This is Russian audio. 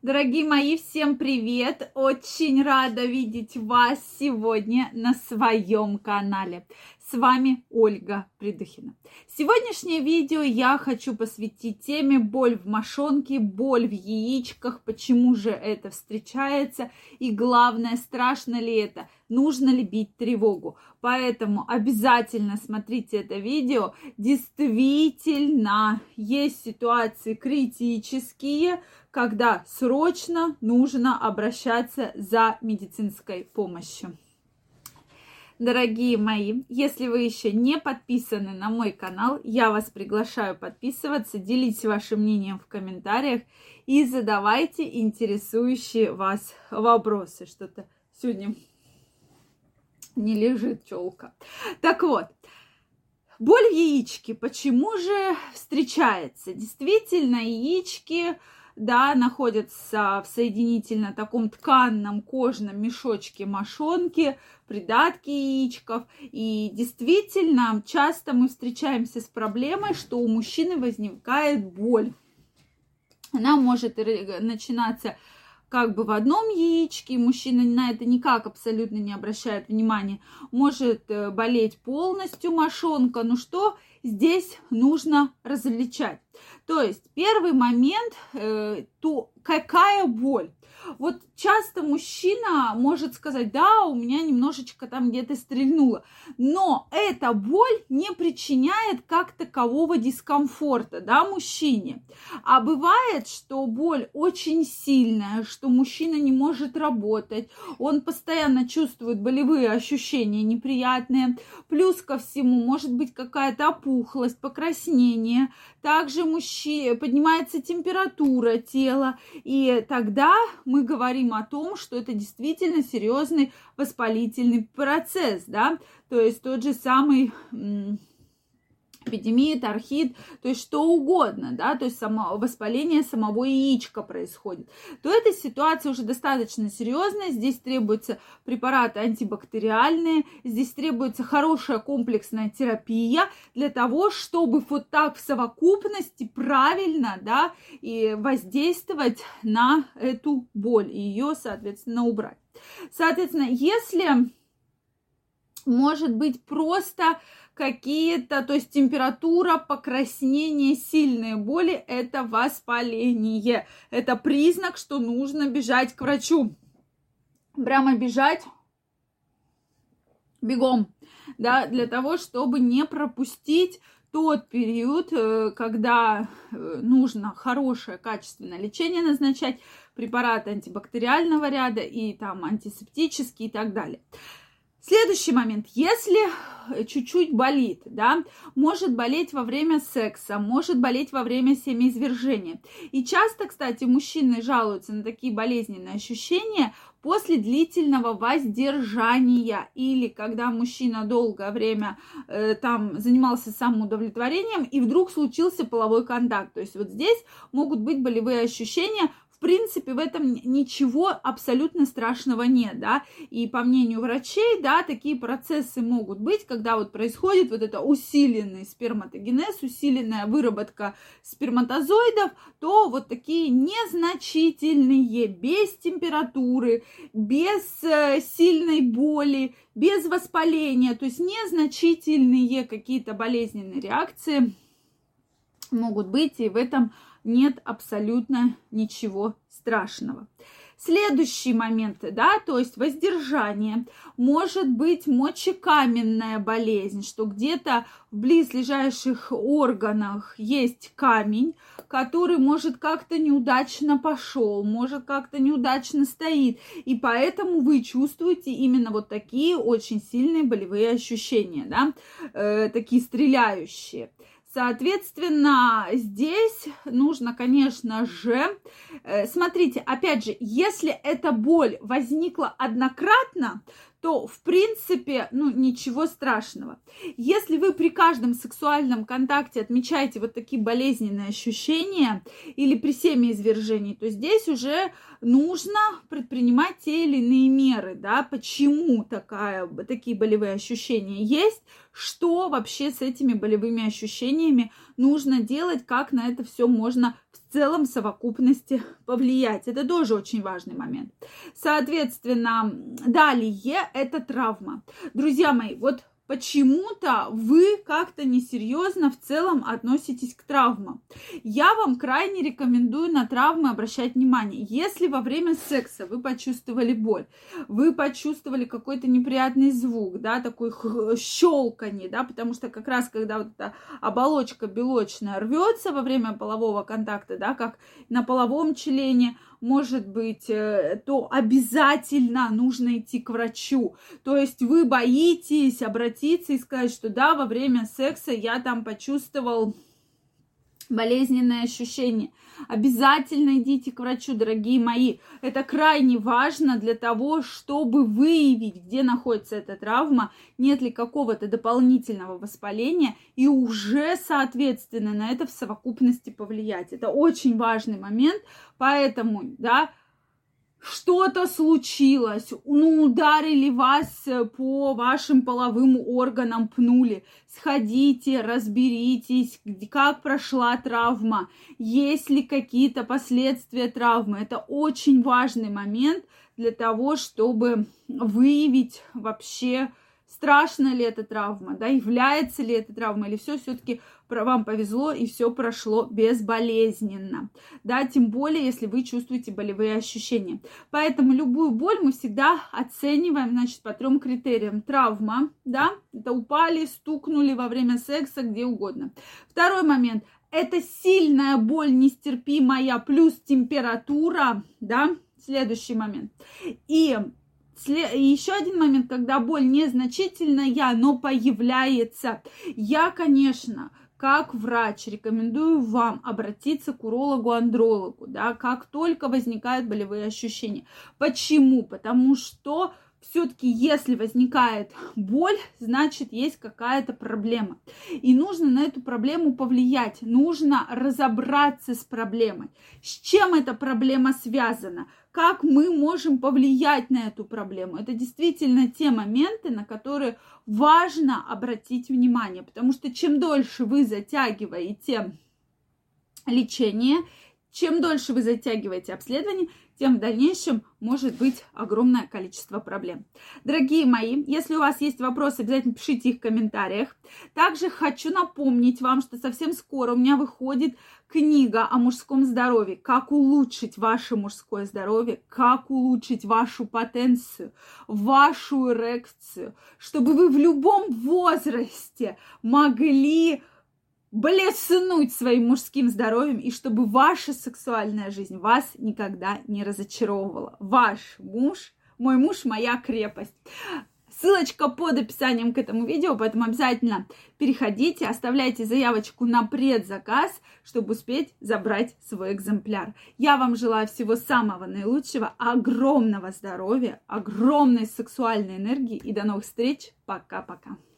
Дорогие мои, всем привет! Очень рада видеть вас сегодня на своем канале. С вами Ольга Придухина. Сегодняшнее видео я хочу посвятить теме боль в мошонке, боль в яичках, почему же это встречается и главное, страшно ли это, нужно ли бить тревогу. Поэтому обязательно смотрите это видео. Действительно, есть ситуации критические, когда срочно нужно обращаться за медицинской помощью. Дорогие мои, если вы еще не подписаны на мой канал, я вас приглашаю подписываться, делитесь вашим мнением в комментариях и задавайте интересующие вас вопросы. Что-то сегодня не лежит челка. Так вот, боль в яичке. Почему же встречается? Действительно, яички, да, находятся в соединительно таком тканном кожном мешочке мошонки, придатки яичков. И действительно, часто мы встречаемся с проблемой, что у мужчины возникает боль. Она может начинаться как бы в одном яичке, мужчина на это никак абсолютно не обращает внимания. Может болеть полностью мошонка. Ну что здесь нужно различать? То есть первый момент, какая боль? Вот часто мужчина может сказать, да, у меня немножечко там где-то стрельнуло, но эта боль не причиняет как такового дискомфорта, да, мужчине. А бывает, что боль очень сильная, что мужчина не может работать, он постоянно чувствует болевые ощущения неприятные, плюс ко всему может быть какая-то опухлость, покраснение, также поднимается температура тела, и тогда мы говорим о том, что это действительно серьезный воспалительный процесс, да, то есть тот же самый эпидемия, архит, то есть что угодно, да, то есть воспаление самого яичка происходит, то эта ситуация уже достаточно серьезная, здесь требуются препараты антибактериальные, здесь требуется хорошая комплексная терапия для того, чтобы вот так в совокупности правильно, да, и воздействовать на эту боль и ее, соответственно, убрать. Соответственно, если может быть просто какие-то, то есть температура, покраснение, сильные боли, это воспаление. Это признак, что нужно бежать к врачу. Прямо бежать бегом, да, для того, чтобы не пропустить тот период, когда нужно хорошее, качественное лечение назначать, препараты антибактериального ряда и там антисептические и так далее. Следующий момент. Если чуть-чуть болит, да, может болеть во время секса, может болеть во время семяизвержения. И часто, кстати, мужчины жалуются на такие болезненные ощущения после длительного воздержания или когда мужчина долгое время там занимался самоудовлетворением и вдруг случился половой контакт. То есть вот здесь могут быть болевые ощущения. В принципе, в этом ничего абсолютно страшного нет, да, и по мнению врачей, да, такие процессы могут быть, когда вот происходит вот это усиленный сперматогенез, усиленная выработка сперматозоидов, то вот такие незначительные, без температуры, без сильной боли, без воспаления, то есть незначительные какие-то болезненные реакции могут быть, и в этом нет абсолютно ничего страшного. Следующий момент, да, то есть воздержание. Может быть мочекаменная болезнь, что где-то в близлежащих органах есть камень, который может как-то неудачно пошел, может как-то неудачно стоит, и поэтому вы чувствуете именно вот такие очень сильные болевые ощущения, да, такие стреляющие. Соответственно, здесь нужно, конечно же, смотрите, опять же, если эта боль возникла однократно, то, в принципе, ничего страшного. Если вы при каждом сексуальном контакте отмечаете вот такие болезненные ощущения или при семяизвержении, то здесь уже нужно предпринимать те или иные меры, да, почему такие болевые ощущения есть, что вообще с этими болевыми ощущениями нужно делать, как на это все можно целом в совокупности повлиять. Это тоже очень важный момент. Соответственно, далее это травма. Друзья мои, вот почему-то вы как-то несерьезно в целом относитесь к травмам. Я вам крайне рекомендую на травмы обращать внимание. Если во время секса вы почувствовали боль, вы почувствовали какой-то неприятный звук, да, такой щелканье, да, потому что как раз когда вот эта оболочка белочная рвется во время полового контакта, да, как на половом члене, может быть, то обязательно нужно идти к врачу. То есть вы боитесь обратиться и сказать, что да, во время секса я там почувствовал болезненное ощущение. Обязательно идите к врачу, дорогие мои. Это крайне важно для того, чтобы выявить, где находится эта травма, нет ли какого-то дополнительного воспаления, и уже, соответственно, на это в совокупности повлиять. Это очень важный момент, поэтому, да, что-то случилось, ударили вас по вашим половым органам, пнули. Сходите, разберитесь, как прошла травма, есть ли какие-то последствия травмы. Это очень важный момент для того, чтобы выявить вообще, страшна ли эта травма, да, является ли эта травма, или все-таки вам повезло и все прошло безболезненно, да, тем более, если вы чувствуете болевые ощущения. Поэтому любую боль мы всегда оцениваем, значит, по 3 критериям. Травма, да, это упали, стукнули во время секса, где угодно. Второй момент, это сильная боль, нестерпимая, плюс температура, да, следующий момент. И еще один момент, когда боль незначительная, но появляется. Я, конечно, как врач рекомендую вам обратиться к урологу-андрологу, да, как только возникают болевые ощущения. Почему? Потому что все-таки, если возникает боль, значит, есть какая-то проблема. И нужно на эту проблему повлиять. Нужно разобраться с проблемой. С чем эта проблема связана? Как мы можем повлиять на эту проблему? Это действительно те моменты, на которые важно обратить внимание. Потому что чем дольше вы затягиваете лечение, чем дольше вы затягиваете обследование, тем в дальнейшем может быть огромное количество проблем. Дорогие мои, если у вас есть вопросы, обязательно пишите их в комментариях. Также хочу напомнить вам, что совсем скоро у меня выходит книга о мужском здоровье. Как улучшить ваше мужское здоровье, как улучшить вашу потенцию, вашу эрекцию, чтобы вы в любом возрасте могли блеснуть своим мужским здоровьем, и чтобы ваша сексуальная жизнь вас никогда не разочаровывала. Ваш муж, мой муж, моя крепость. Ссылочка под описанием к этому видео, поэтому обязательно переходите, оставляйте заявочку на предзаказ, чтобы успеть забрать свой экземпляр. Я вам желаю всего самого наилучшего, огромного здоровья, огромной сексуальной энергии и до новых встреч. Пока-пока.